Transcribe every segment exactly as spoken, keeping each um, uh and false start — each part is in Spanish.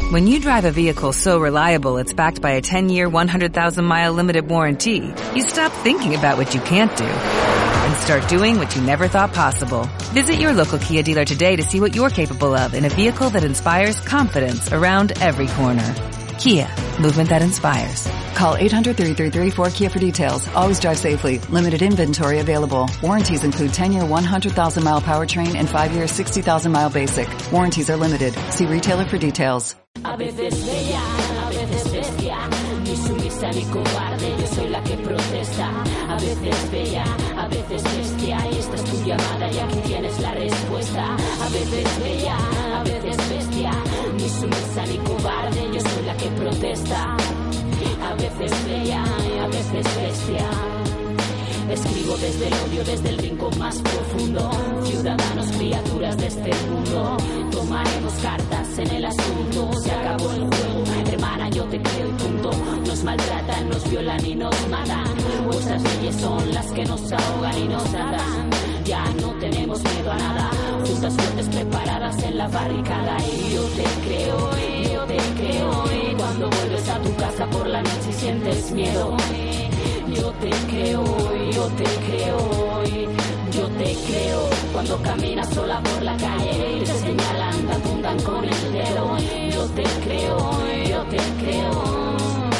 When you drive a vehicle so reliable it's backed by a ten-year, one hundred thousand mile limited warranty, you stop thinking about what you can't do and start doing what you never thought possible. Visit your local Kia dealer today to see what you're capable of in a vehicle that inspires confidence around every corner. Kia, movement that inspires. Call eight hundred, three three three, four Kia for details. Always drive safely. Limited inventory available. Warranties include ten-year, one hundred thousand mile powertrain and five-year, sixty thousand mile basic. Warranties are limited. See retailer for details. A veces bella, a veces bestia, ni sumisa ni cobarde, yo soy la que protesta. A veces bella, a veces bestia, y esta es tu llamada y aquí tienes la respuesta. A veces bella, a veces bestia, ni sumisa ni cobarde, yo soy la que protesta. A veces bella, a veces bestia. Escribo desde el odio, desde el rincón más profundo. Ciudadanos, criaturas de este mundo. Tomaremos cartas en el asunto. Se acabó el juego, hermana, yo te creo y punto. Nos maltratan, nos violan y nos matan. Vuestras leyes son las que nos ahogan y nos atan. Ya no tenemos miedo a nada. Juntas fuertes preparadas en la barricada. Y yo te creo, y yo te creo. Y cuando vuelves a tu casa por la noche y sientes miedo, yo te creo, yo te creo, yo te creo. Cuando caminas sola por la calle y te señalan, te apuntan con el dedo. Yo te creo, yo te creo.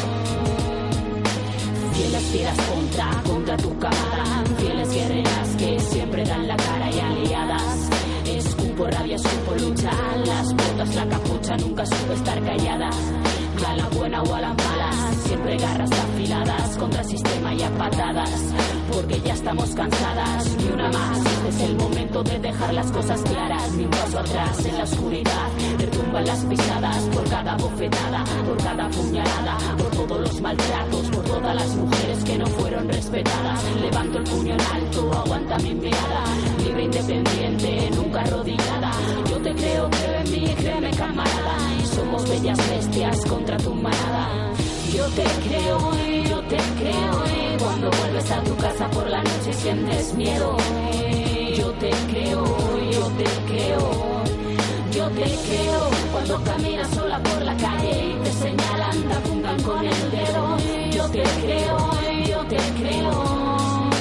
Fieles fieras contra, contra tu cámara. Fieles guerreras que siempre dan la cara y aliadas. Escupo rabia, escupo lucha. Las botas, la capucha, nunca supe estar callada. A la buena o a la mala, siempre garras afiladas contra el sistema y a patadas, porque ya estamos cansadas. Ni una más, este es el momento de dejar las cosas claras. Ni un paso atrás en la oscuridad, retumban las pisadas por cada bofetada, por cada puñalada, por todos los maltratos, por todas las mujeres que no fueron respetadas. Levanto el puño en alto, aguanta mi mirada, libre, independiente, nunca arrodillada. Yo te creo, creo en mí, créeme camarada. Somos bellas bestias contra tu manada. Yo te creo, yo te creo. Cuando vuelves a tu casa por la noche y sientes miedo. Yo te creo, yo te creo. Yo te creo. Cuando caminas sola por la calle y te señalan, te apuntan con el dedo. Yo te creo, yo te creo.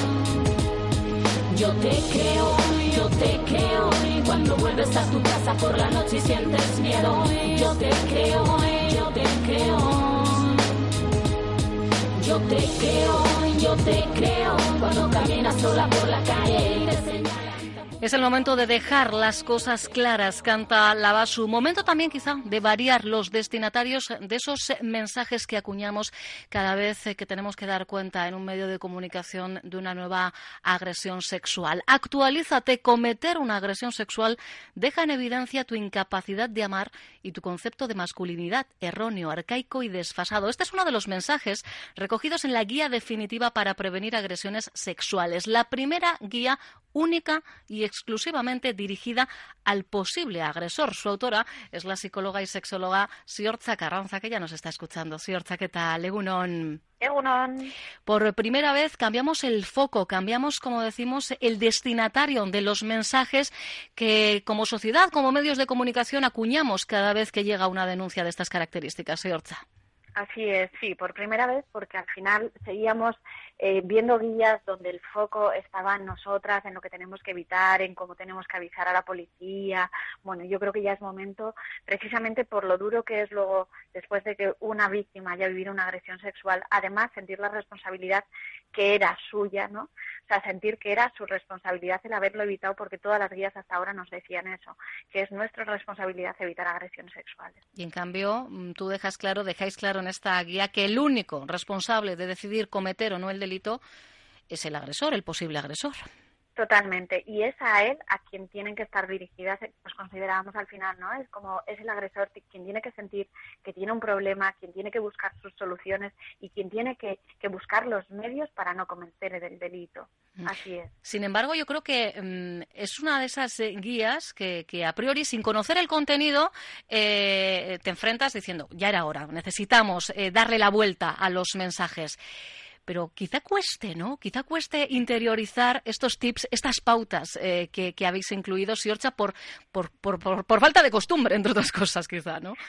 Yo te creo, yo te creo. Y cuando vuelves a tu casa por la noche y sientes miedo, yo te creo, yo te creo. Yo te creo, yo te creo. Cuando caminas sola por la calle y te señalan. Es el momento de dejar las cosas claras, canta Lavasu. Momento también quizá de variar los destinatarios de esos mensajes que acuñamos cada vez que tenemos que dar cuenta en un medio de comunicación de una nueva agresión sexual. Actualízate. Cometer una agresión sexual deja en evidencia tu incapacidad de amar y tu concepto de masculinidad erróneo, arcaico y desfasado. Este es uno de los mensajes recogidos en la guía definitiva para prevenir agresiones sexuales. La primera guía única y exclusivamente dirigida al posible agresor. Su autora es la psicóloga y sexóloga Ziortza Carranza, que ya nos está escuchando. Ziortza, ¿qué tal? Egunon. Egunon. Por primera vez cambiamos el foco, cambiamos, como decimos, el destinatario de los mensajes que como sociedad, como medios de comunicación, acuñamos cada vez que llega una denuncia de estas características. Ziortza. Así es, sí, por primera vez, porque al final seguíamos eh, viendo guías donde el foco estaba en nosotras, en lo que tenemos que evitar, en cómo tenemos que avisar a la policía. Bueno, yo creo que ya es momento, precisamente por lo duro que es luego, después de que una víctima haya vivido una agresión sexual, además sentir la responsabilidad que era suya, ¿no? O sea, sentir que era su responsabilidad el haberlo evitado, porque todas las guías hasta ahora nos decían eso, que es nuestra responsabilidad evitar agresiones sexuales. Y en cambio, tú dejas claro, dejáis claro en esta guía que el único responsable de decidir cometer o no el delito es el agresor, el posible agresor. Totalmente, y es a él a quien tienen que estar dirigidas, pues considerábamos al final, ¿no? Es como, es el agresor quien tiene que sentir que tiene un problema, quien tiene que buscar sus soluciones y quien tiene que, que buscar los medios para no cometer el delito. Así es. Sin embargo, yo creo que um, es una de esas eh, guías que, que a priori, sin conocer el contenido, eh, te enfrentas diciendo, ya era hora, necesitamos eh, darle la vuelta a los mensajes. Pero quizá cueste, ¿no? Quizá cueste interiorizar estos tips, estas pautas eh, que, que habéis incluido, Ziortza, por, por, por, por, por falta de costumbre, entre otras cosas, quizá, ¿no?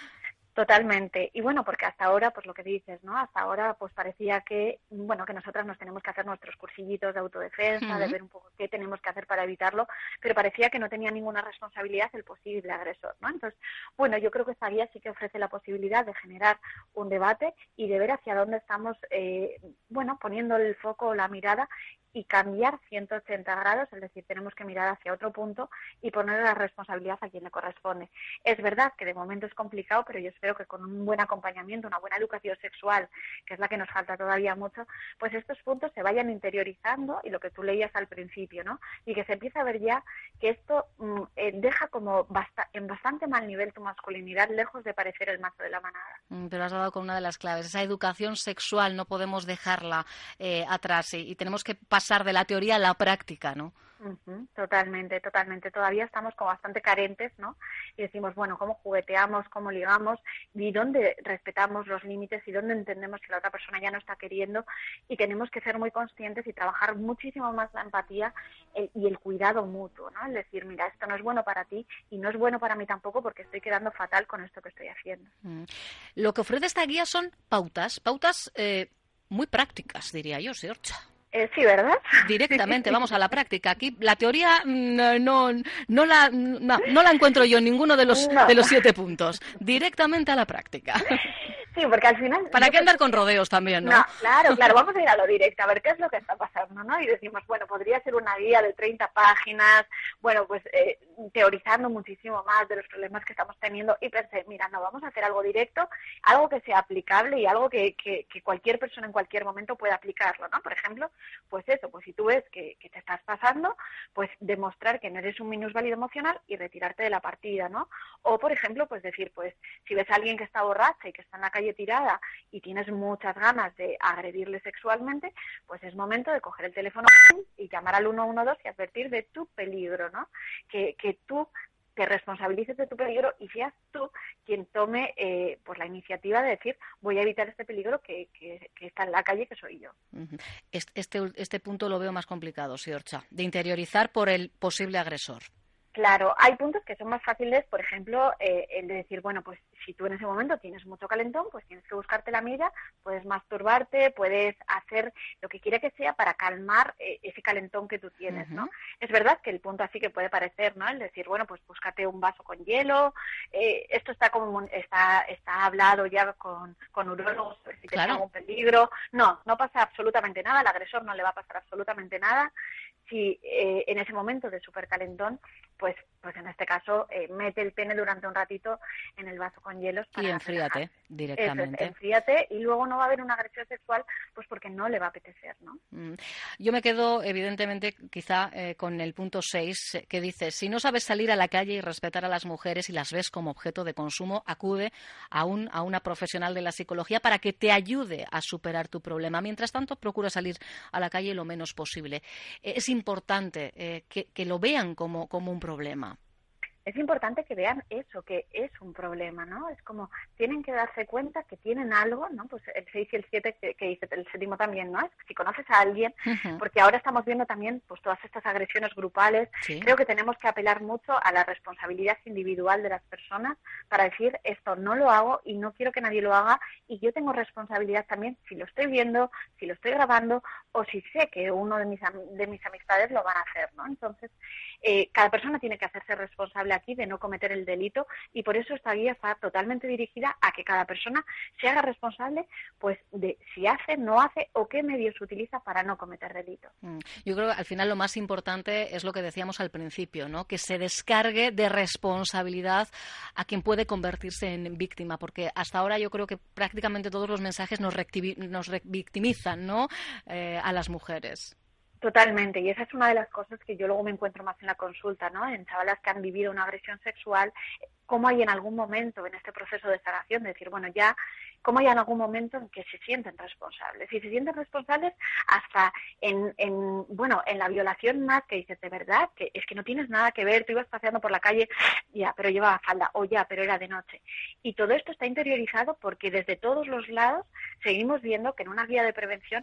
Totalmente. Y bueno, porque hasta ahora, pues lo que dices, ¿no? Hasta ahora, pues parecía que, bueno, que nosotras nos tenemos que hacer nuestros cursillitos de autodefensa, Uh-huh. de ver un poco qué tenemos que hacer para evitarlo, pero parecía que no tenía ninguna responsabilidad el posible agresor, ¿no? Entonces, bueno, yo creo que esta guía sí que ofrece la posibilidad de generar un debate y de ver hacia dónde estamos, eh, bueno, poniendo el foco o la mirada y cambiar ciento ochenta grados, es decir, tenemos que mirar hacia otro punto y poner la responsabilidad a quien le corresponde. Es verdad que de momento es complicado, pero yo espero que con un buen acompañamiento, una buena educación sexual, que es la que nos falta todavía mucho, pues estos puntos se vayan interiorizando y lo que tú leías al principio, ¿no? Y que se empiece a ver ya que esto mm, eh, deja como basta- en bastante mal nivel tu masculinidad, lejos de parecer el macho de la manada. Mm, Pero has dado con una de las claves. Esa educación sexual no podemos dejarla eh, atrás y, y tenemos que pasar de la teoría a la práctica, ¿no? Uh-huh, totalmente, totalmente. Todavía estamos como bastante carentes, ¿no? Y decimos, bueno, ¿cómo jugueteamos, cómo ligamos y dónde respetamos los límites y dónde entendemos que la otra persona ya no está queriendo? Y tenemos que ser muy conscientes y trabajar muchísimo más la empatía el, y el cuidado mutuo, ¿no? Es decir, mira, esto no es bueno para ti y no es bueno para mí tampoco porque estoy quedando fatal con esto que estoy haciendo. Mm. Lo que ofrece esta guía son pautas, pautas eh, muy prácticas, diría yo, Siorcha. Eh, sí, ¿verdad? Directamente, vamos a la práctica. Aquí la teoría no, no, no, la, no, no la encuentro yo en ninguno de los, No. de los siete puntos. Directamente a la práctica. Sí, porque al final... ¿Para qué andar con rodeos también, no? No, claro, claro, vamos a ir a lo directo, a ver qué es lo que está pasando, ¿no? Y decimos, bueno, podría ser una guía de treinta páginas, bueno, pues eh, teorizando muchísimo más de los problemas que estamos teniendo y pensé, mira, no, vamos a hacer algo directo, algo que sea aplicable y algo que, que, que cualquier persona en cualquier momento pueda aplicarlo, ¿no? Por ejemplo, pues eso, pues si tú ves que, que te estás pasando, pues demostrar que no eres un minusválido emocional y retirarte de la partida, ¿no? O, por ejemplo, pues decir, pues si ves a alguien que está borracha y que está en la calle tirada y tienes muchas ganas de agredirle sexualmente, pues es momento de coger el teléfono y llamar al uno uno dos y advertir de tu peligro, ¿no? Que, que tú te responsabilices de tu peligro y seas tú quien tome eh, pues la iniciativa de decir voy a evitar este peligro que, que, que está en la calle, que soy yo. Este, este punto lo veo más complicado, Siorcha, de interiorizar por el posible agresor. Claro, hay puntos que son más fáciles, por ejemplo, eh, el de decir, bueno, pues si tú en ese momento tienes mucho calentón, pues tienes que buscarte la milla, puedes masturbarte, puedes hacer lo que quiera que sea para calmar eh, ese calentón que tú tienes, ¿no? Uh-huh. Es verdad que el punto así que puede parecer, ¿no? El decir, bueno, pues búscate un vaso con hielo, eh, esto está como está está hablado ya con, con urólogos, si te claro. algún peligro. No, no pasa absolutamente nada, al agresor no le va a pasar absolutamente nada. Si eh, en ese momento de supercalentón, pues pues en este caso eh, mete el pene durante un ratito en el vaso con hielos para y enfríate relajarse. directamente. Eso es, enfríate y luego no va a haber una agresión sexual pues porque no le va a apetecer, ¿no? Mm. Yo me quedo evidentemente quizá eh, con el punto seis que dice, si no sabes salir a la calle y respetar a las mujeres y las ves como objeto de consumo, acude a, un, a una profesional de la psicología para que te ayude a superar tu problema. Mientras tanto, procura salir a la calle lo menos posible. Eh, es importante eh, que, que lo vean como, como un problema. Es importante que vean eso, que es un problema, ¿no? Es como, tienen que darse cuenta que tienen algo, ¿no? Pues el seis y el siete que, que dice el séptimo también, ¿no? Es que si conoces a alguien, uh-huh. porque ahora estamos viendo también pues todas estas agresiones grupales, sí. Creo que tenemos que apelar mucho a la responsabilidad individual de las personas para decir, esto no lo hago y no quiero que nadie lo haga y yo tengo responsabilidad también si lo estoy viendo, si lo estoy grabando o si sé que uno de mis, de mis amistades lo van a hacer, ¿no? Entonces, eh, cada persona tiene que hacerse responsable aquí de no cometer el delito y por eso esta guía está totalmente dirigida a que cada persona se haga responsable pues de si hace, no hace o qué medios utiliza para no cometer delito. Yo creo que al final lo más importante es lo que decíamos al principio, ¿no? Que se descargue de responsabilidad a quien puede convertirse en víctima, porque hasta ahora yo creo que prácticamente todos los mensajes nos, rectivi- nos revictimizan, ¿no? Eh, a las mujeres. Totalmente, y esa es una de las cosas que yo luego me encuentro más en la consulta, ¿no? En chavalas que han vivido una agresión sexual, cómo hay en algún momento en este proceso de sanación, de decir, bueno, ya, cómo hay en algún momento en que se sienten responsables, y se sienten responsables hasta en, en bueno, en la violación más que dices, de verdad, que es que no tienes nada que ver, tú ibas paseando por la calle, ya, pero llevaba falda, o ya, pero era de noche. Y todo esto está interiorizado porque desde todos los lados seguimos viendo que en una guía de prevención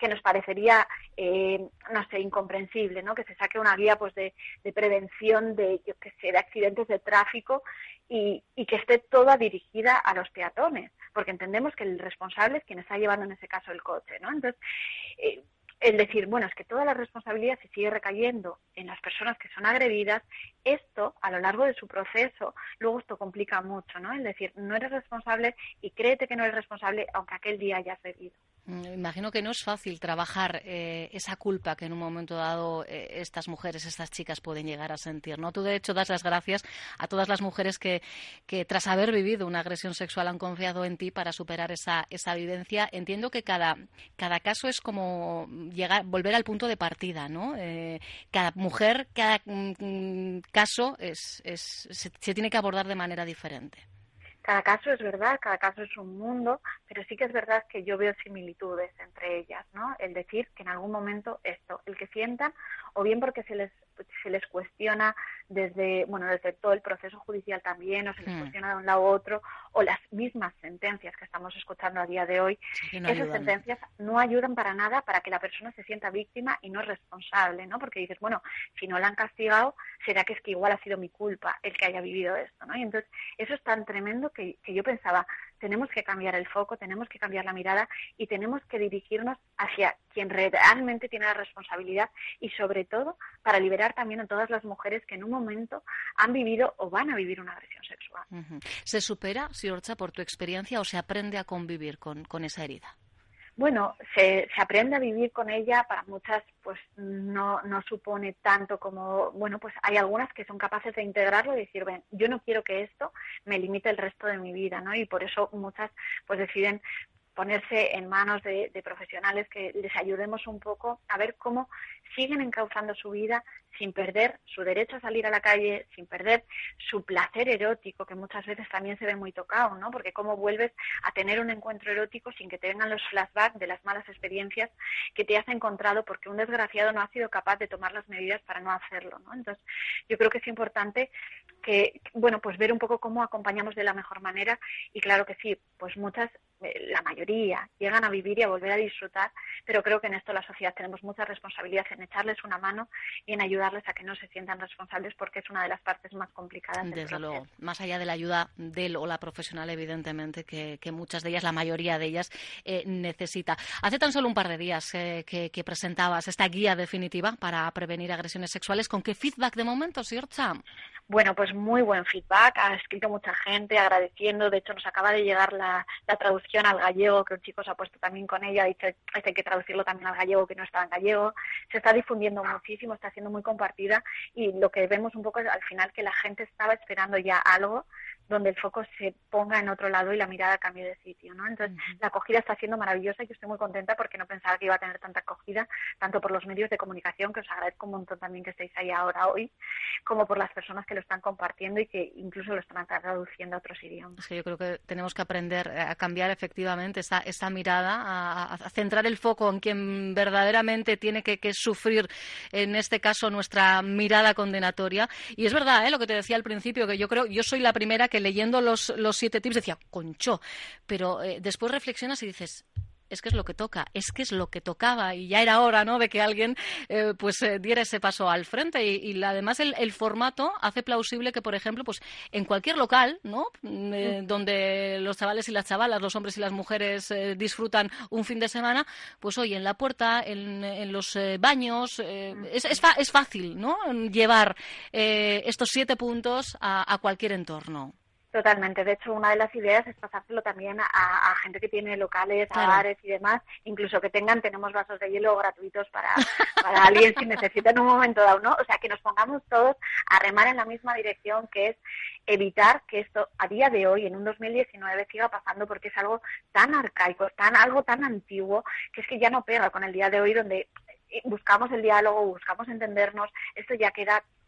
que nos parecería, eh, no sé, incomprensible, ¿no? Que se saque una guía pues de, de prevención de, yo qué sé, de accidentes de tráfico y, y que esté toda dirigida a los peatones, porque entendemos que el responsable es quien está llevando en ese caso el coche, ¿no? Entonces, eh, el decir, bueno, es que toda la responsabilidad se sigue recayendo en las personas que son agredidas, esto, a lo largo de su proceso, luego esto complica mucho, ¿no? Es decir, no eres responsable y créete que no eres responsable aunque aquel día hayas bebido. Me imagino que no es fácil trabajar eh, esa culpa que en un momento dado eh, estas mujeres, estas chicas pueden llegar a sentir, ¿no? Tú, de hecho, das las gracias a todas las mujeres que, que tras haber vivido una agresión sexual han confiado en ti para superar esa, esa vivencia. Entiendo que cada, cada caso es como llegar, volver al punto de partida, ¿no? Eh, cada mujer, cada mm, caso es, es, se, se tiene que abordar de manera diferente. Cada caso es verdad, cada caso es un mundo, pero sí que es verdad que yo veo similitudes entre ellas, ¿no? El decir que en algún momento esto, el que sientan, o bien porque se les se les cuestiona desde, bueno, desde todo el proceso judicial también, o se les cuestiona de un lado u otro, o las mismas sentencias que estamos escuchando a día de hoy, sí, no esas ayudan. Sentencias no ayudan para nada para que la persona se sienta víctima y no es responsable, ¿no? Porque dices, bueno, si no la han castigado, será que es que igual ha sido mi culpa el que haya vivido esto, ¿no? Y entonces, eso es tan tremendo que, que yo pensaba, tenemos que cambiar el foco, tenemos que cambiar la mirada y tenemos que dirigirnos hacia quien realmente tiene la responsabilidad y, sobre todo, para liberar también a todas las mujeres que en un momento han vivido o van a vivir una agresión sexual. Uh-huh. ¿Se supera, Siortza, por tu experiencia, o se aprende a convivir con, con esa herida? Bueno, se, se aprende a vivir con ella, para muchas pues no, no supone tanto como, bueno, pues hay algunas que son capaces de integrarlo y decir, ven, yo no quiero que esto me limite el resto de mi vida, ¿no? Y por eso muchas pues deciden ponerse en manos de, de profesionales que les ayudemos un poco a ver cómo siguen encauzando su vida sin perder su derecho a salir a la calle, sin perder su placer erótico, que muchas veces también se ve muy tocado, ¿no? Porque cómo vuelves a tener un encuentro erótico sin que te vengan los flashbacks de las malas experiencias que te has encontrado porque un desgraciado no ha sido capaz de tomar las medidas para no hacerlo, ¿no? Entonces, yo creo que es importante que, bueno, pues ver un poco cómo acompañamos de la mejor manera y claro que sí, pues muchas, la mayoría, llegan a vivir y a volver a disfrutar, pero creo que en esto la sociedad tenemos mucha responsabilidad en echarles una mano y en ayudarles a que no se sientan responsables porque es una de las partes más complicadas del Desde proceso. luego, más allá de la ayuda del o la profesional, evidentemente, que, que muchas de ellas, la mayoría de ellas, eh, necesita. Hace tan solo un par de días eh, que, que presentabas esta guía definitiva para prevenir agresiones sexuales. ¿Con qué feedback de momento, Siortza? Bueno, pues muy buen feedback, ha escrito mucha gente agradeciendo, de hecho nos acaba de llegar la, la traducción al gallego, que un chico se ha puesto también con ella, ha dicho este hay que traducirlo también al gallego, que no estaba en gallego, se está difundiendo muchísimo, está siendo muy compartida y lo que vemos un poco es al final que la gente estaba esperando ya algo donde el foco se ponga en otro lado y la mirada cambie de sitio, ¿no? Entonces, uh-huh. La acogida está siendo maravillosa y yo estoy muy contenta porque no pensaba que iba a tener tanta acogida, tanto por los medios de comunicación, que os agradezco un montón también que estéis ahí ahora hoy, como por las personas que lo están compartiendo y que incluso lo están traduciendo a otros idiomas. Es que yo creo que tenemos que aprender a cambiar efectivamente esta, esta mirada, a, a centrar el foco en quien verdaderamente tiene que, que sufrir, en este caso, nuestra mirada condenatoria. Y es verdad, ¿eh? Lo que te decía al principio, que yo creo, yo soy la primera que leyendo los, los siete tips decía, concho, pero eh, después reflexionas y dices, es que es lo que toca, es que es lo que tocaba y ya era hora, ¿no?, de que alguien eh, pues eh, diera ese paso al frente y, y la, además el, el formato hace plausible que, por ejemplo, pues en cualquier local, ¿no?, eh, sí. donde los chavales y las chavalas, los hombres y las mujeres eh, disfrutan un fin de semana, pues hoy en la puerta, en, en los eh, baños, eh, es, es, fa- es fácil, ¿no?, llevar eh, estos siete puntos a, a cualquier entorno. Totalmente. De hecho, una de las ideas es pasárselo también a, a gente que tiene locales, a claro. bares y demás, incluso que tengan, tenemos vasos de hielo gratuitos para, para alguien si necesita en un momento dado, ¿no? O sea, que nos pongamos todos a remar en la misma dirección, que es evitar que esto a día de hoy, en un dos mil diecinueve, siga pasando, porque es algo tan arcaico, tan algo tan antiguo, que es que ya no pega con el día de hoy, donde buscamos el diálogo, buscamos entendernos, esto ya queda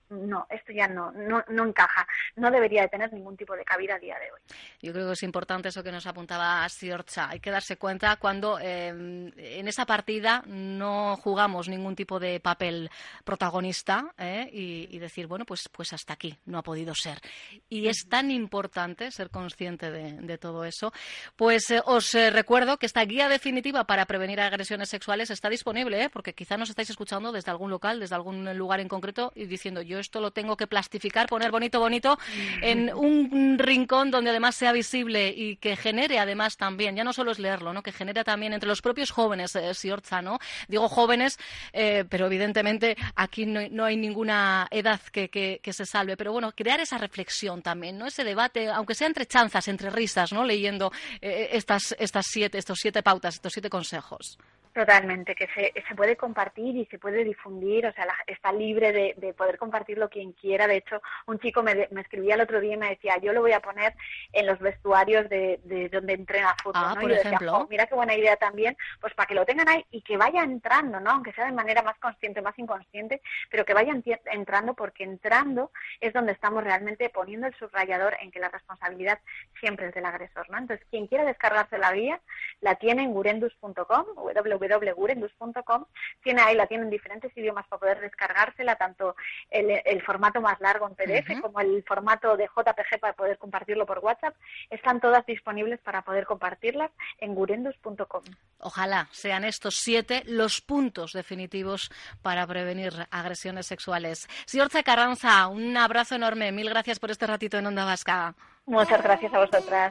no, esto ya no, no, no encaja, no debería de tener ningún tipo de cabida a día de hoy. Yo creo que es importante eso que nos apuntaba Siortza. Hay que darse cuenta cuando eh, en esa partida no jugamos ningún tipo de papel protagonista ¿eh? y, y decir, bueno, pues, pues hasta aquí, no ha podido ser. Y es tan importante ser consciente de, de todo eso. Pues eh, os eh, recuerdo que esta guía definitiva para prevenir agresiones sexuales está disponible, ¿eh? porque quizá nos estáis escuchando desde algún local, desde algún lugar en concreto y diciendo, yo esto lo tengo que plastificar, poner bonito, bonito en un rincón donde además sea visible y que genere además también, ya no solo es leerlo, ¿no? que genere también entre los propios jóvenes, eh, Siortza, ¿no? Digo jóvenes, eh, pero evidentemente aquí no, no hay ninguna edad que, que, que se salve, pero bueno, crear esa reflexión también, ¿no? Ese debate, aunque sea entre chanzas, entre risas, ¿no? Leyendo eh, estas, estas siete, estos siete pautas, estos siete consejos. Totalmente, que se, se puede compartir y se puede difundir, o sea, la, está libre de, de poder compartirlo quien quiera. De hecho, un chico me, me escribía el otro día y me decía, yo lo voy a poner en los vestuarios de, de donde entrena fútbol, ah, ¿no? Por y yo ejemplo. decía, oh, mira qué buena idea también, pues para que lo tengan ahí y que vaya entrando, ¿no? Aunque sea de manera más consciente, más inconsciente, pero que vaya entrando, porque entrando es donde estamos realmente poniendo el subrayador en que la responsabilidad siempre es del agresor, ¿no? Entonces, quien quiera descargarse la guía, la tiene en gurendus punto com, w w w punto gurendus punto com, tiene ahí, la tiene en diferentes idiomas para poder descargársela, tanto el, el formato más largo en P D F uh-huh. como el formato de J P G para poder compartirlo por WhatsApp. Están todas disponibles para poder compartirlas en gurendus punto com. Ojalá sean estos siete los puntos definitivos para prevenir agresiones sexuales. Siortza Carranza, un abrazo enorme, mil gracias por este ratito en Onda Vasca. Muchas gracias a vosotras.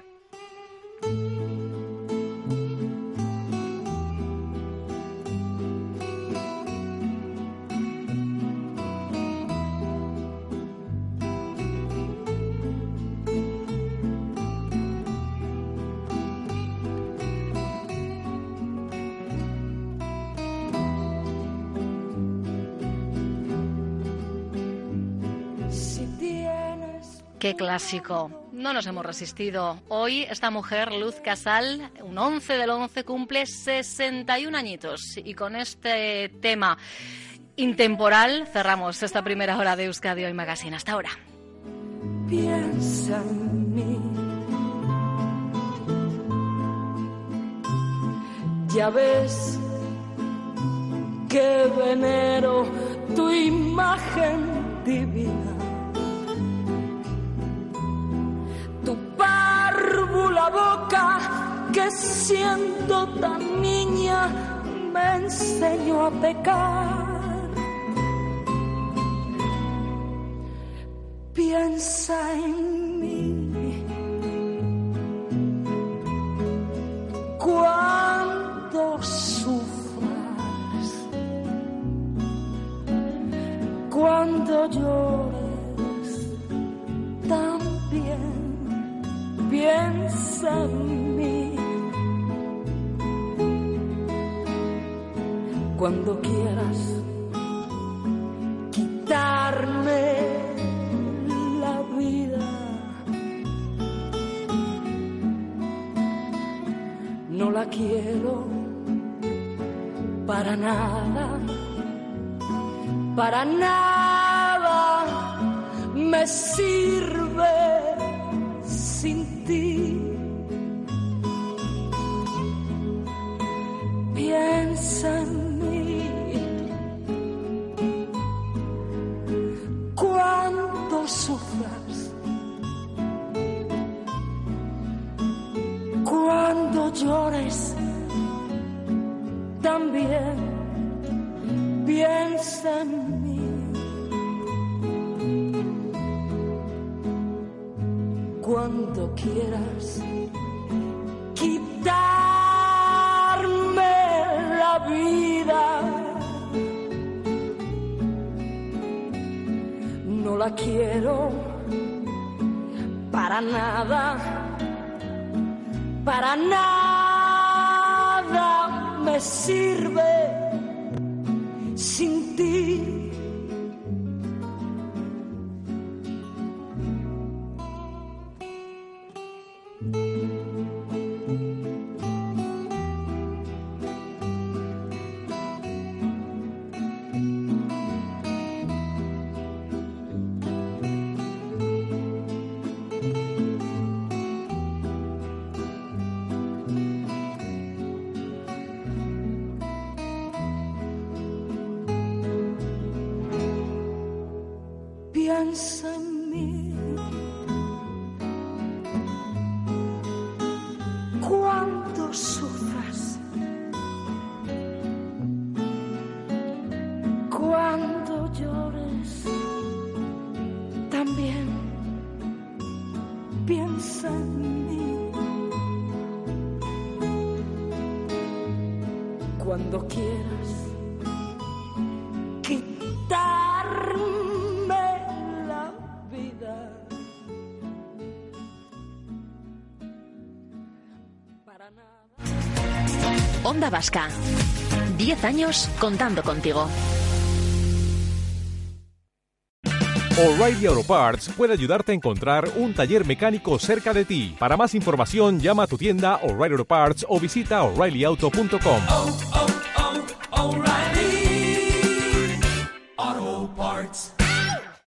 Qué clásico. No nos hemos resistido. Hoy esta mujer, Luz Casal, un once del once, cumple sesenta y un añitos. Y con este tema intemporal cerramos esta primera hora de Euskadi Hoy Magazine. Hasta ahora. Piensa en mí. Ya ves que venero tu imagen divina. Tu párvula boca que siendo tan niña me enseñó a pecar. Piensa en mí cuando sufras, cuando llores también. Piensa en mí cuando quieras quitarme la vida. No la quiero para nada, para nada me sirve sin ti. Piensa en mí cuando sufras, cuando llores también. Piensa en mí. Cuando quieras quitarme la vida, no la quiero para nada, para nada me sirve sin ti. piensa en mí. Cuando sufras, cuando llores, también piensa en mí. Cuando quieras quitarme la vida, para nada. Onda Vasca. Diez años contando contigo. O'Reilly Auto Parts puede ayudarte a encontrar un taller mecánico cerca de ti. Para más información, llama a tu tienda O'Reilly Auto Parts o visita O'Reilly Auto punto com. Oh, oh, oh, O'Reilly Auto Parts.